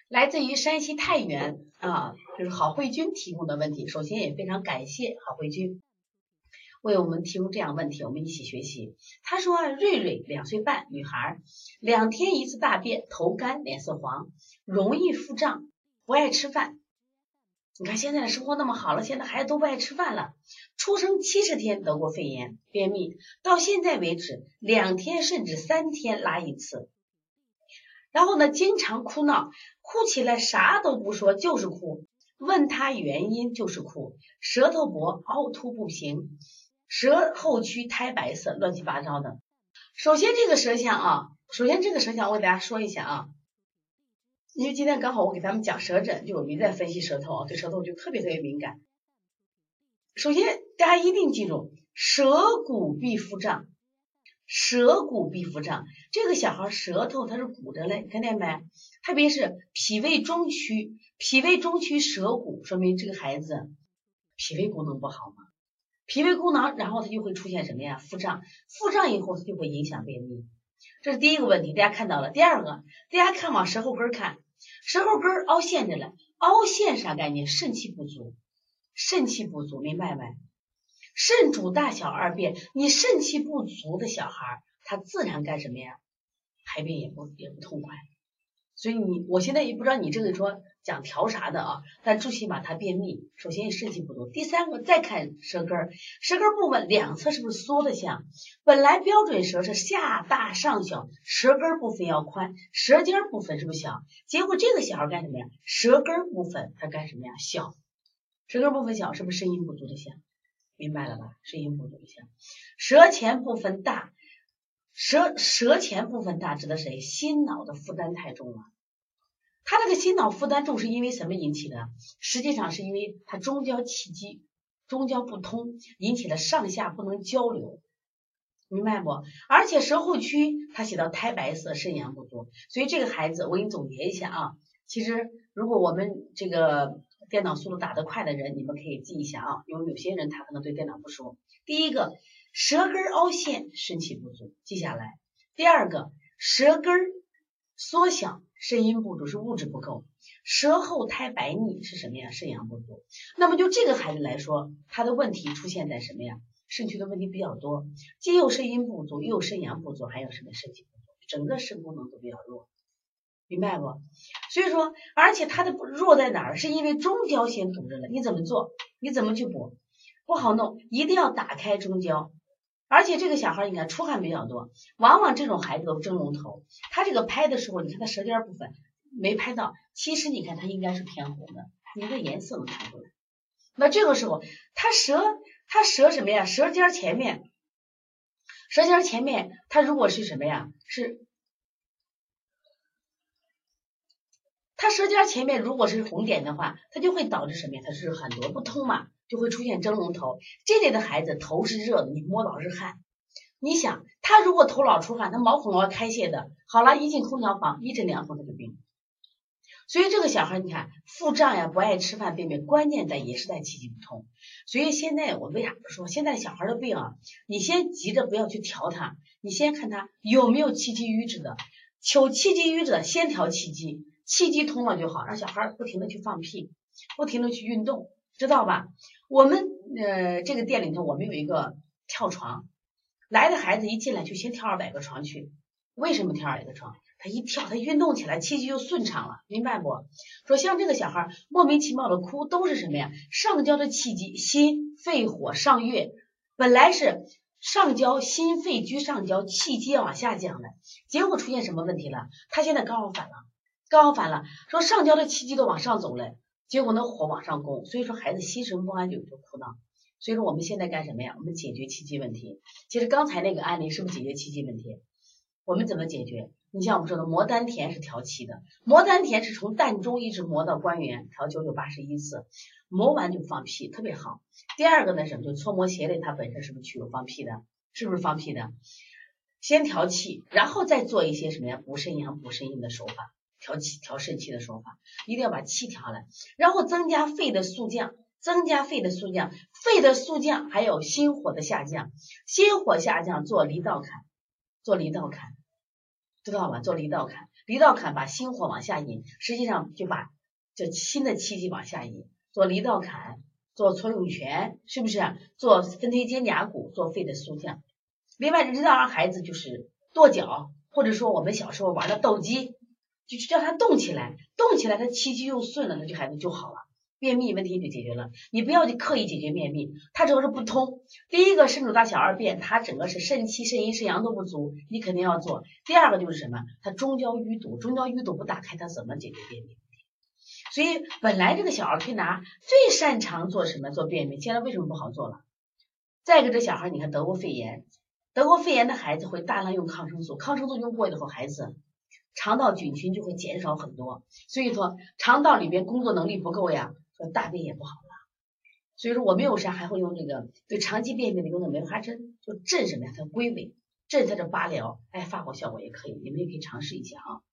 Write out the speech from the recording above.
来自于山西太原啊，就是郝慧君提供的问题。首先也非常感谢郝慧君为我们提供这样问题，我们一起学习。他说瑞瑞2岁半女孩，2天1次大便，头干脸色黄，容易腹胀，不爱吃饭。你看现在的生活那么好了，现在孩子都不爱吃饭了。出生70天得过肺炎，便秘，到现在为止2天甚至3天拉1次。然后呢，经常哭闹，哭起来啥都不说，就是哭。问他原因就是哭，舌头薄，凹凸不平，舌后区苔白色，乱七八糟的。首先这个舌象我给大家说一下啊，因为今天刚好我给他们讲舌诊，就有人在分析舌头啊，对舌头就特别敏感。首先大家一定记住，舌鼓必腹胀。舌鼓必腹胀，这个小孩舌头它是鼓着嘞，看见没？特别是脾胃中区舌鼓，说明这个孩子脾胃功能不好嘛。脾胃功能，然后它就会出现什么呀？腹胀，腹胀以后它就会影响便秘。这是第一个问题，大家看到了。第二个，大家看往舌后根看，舌后根凹陷着了，凹陷啥概念？肾气不足，明白没？肾主大小二便，你肾气不足的小孩，他自然干什么呀？排便也不痛快。所以我现在也不知道你这个说讲调啥的啊，但最起码他便秘，首先肾气不足。第三个，再看舌根，舌根部分两侧是不是缩的像？本来标准舌是下大上小，舌根部分要宽，舌尖部分是不是小？结果这个小孩干什么呀？舌根部分他干什么呀？小，舌根部分小，是不是肾阴不足的像？明白了吧？肾阴不足的像。舌前部分大，舌前部分大指的谁？心脑的负担太重了。他这个心脑负担重是因为什么引起的？实际上是因为他中焦气机不通，引起了上下不能交流，明白不？而且舌后区他写到苔白色，肾阳不足，所以这个孩子我给你总结一下啊。其实如果我们这个电脑速度打得快的人，你们可以记一下啊，因为有些人他可能对电脑不熟。第一个，舌根凹陷，肾气不足，记下来。第二个，舌根缩小，肾阴不足，是物质不够。舌后苔白腻是什么呀？肾阳不足。那么就这个孩子来说，他的问题出现在什么呀？肾区的问题比较多，既有肾阴不足，又有肾阳不足，还有什么肾气不足，整个肾功能都比较弱。明白不？所以说，而且它的弱在哪儿？是因为中焦先堵着了。你怎么做？你怎么去补？不好弄，一定要打开中焦。而且这个小孩你看出汗比较多，往往这种孩子都蒸笼头，他这个拍的时候，你看他舌尖部分没拍到，其实你看他应该是偏红的，你的颜色能看出来。那这个时候他舌什么呀？舌尖前面他如果是什么呀？是他舌尖前面如果是红点的话，它就会导致什么呀？它是很多不通嘛，就会出现蒸笼头。这类的孩子头是热的，你摸到是汗。你想他如果头老出汗，他毛孔要开泄的，好了，一进空调房一阵凉风他就病。所以这个小孩你看腹胀呀，不爱吃饭，便秘，关键也是在气机不通。所以现在我为啥说现在小孩的病啊，你先急着不要去调他，你先看他有没有气机瘀滞的，求气机瘀滞的先调气机，气机通了就好，让小孩不停的去放屁，不停的去运动，知道吧？我们这个店里头我们有一个跳床，来的孩子一进来就先跳200个床去。为什么跳200个床？他一跳他运动起来，气机就顺畅了，明白不？说像这个小孩莫名其妙的哭都是什么呀？上焦的气机，心肺火上越，本来是上焦心肺居上焦，气机要往下降的，结果出现什么问题了？他现在刚好反了，说上焦的气机都往上走了，结果那火往上攻，所以说孩子心神不安就哭闹。所以说我们现在干什么呀？我们解决气机问题。其实刚才那个案例是不是解决气机问题？我们怎么解决？你像我们说的磨丹田是调气的，磨丹田是从膻中一直磨到关元，调981次，磨完就放屁，特别好。第二个呢，什么？就搓摩鞋类，它本身是不是具有放屁的？是不是放屁的？先调气，然后再做一些什么呀？补肾阳、补肾阴的手法，调肾气的手法，一定要把气调来，然后增加肺的速降，肺的速降还有心火的下降，心火下降做离道坎，知道吧？做离道坎， 离道坎把心火往下引，实际上就把这新的气机往下引，做离道坎，做搓涌泉，是不是做分推肩胛骨，做肺的肃降。另外知道让孩子就是跺脚，或者说我们小时候玩的斗鸡，就叫他动起来，动起来他气机又顺了，那这孩子就好了，便秘问题就解决了。你不要去刻意解决便秘，他主要是不通。第一个肾主大小二便，他整个是肾气肾阴肾阳都不足，你肯定要做。第二个就是什么，他中焦淤堵，中焦淤堵不打开，他怎么解决便秘？所以本来这个小儿推拿最擅长做什么？做便秘，现在为什么不好做了？再一个，这小孩你看得过肺炎，得过肺炎的孩子会大量用抗生素，抗生素用过以后，孩子肠道菌群就会减少很多，所以说肠道里边工作能力不够呀，说大便也不好了。所以说我们有时还会用这个对长期便秘的用的梅花针，就镇什么呀？它归位，镇它的八髎，哎，发火效果也可以，你们也可以尝试一下啊。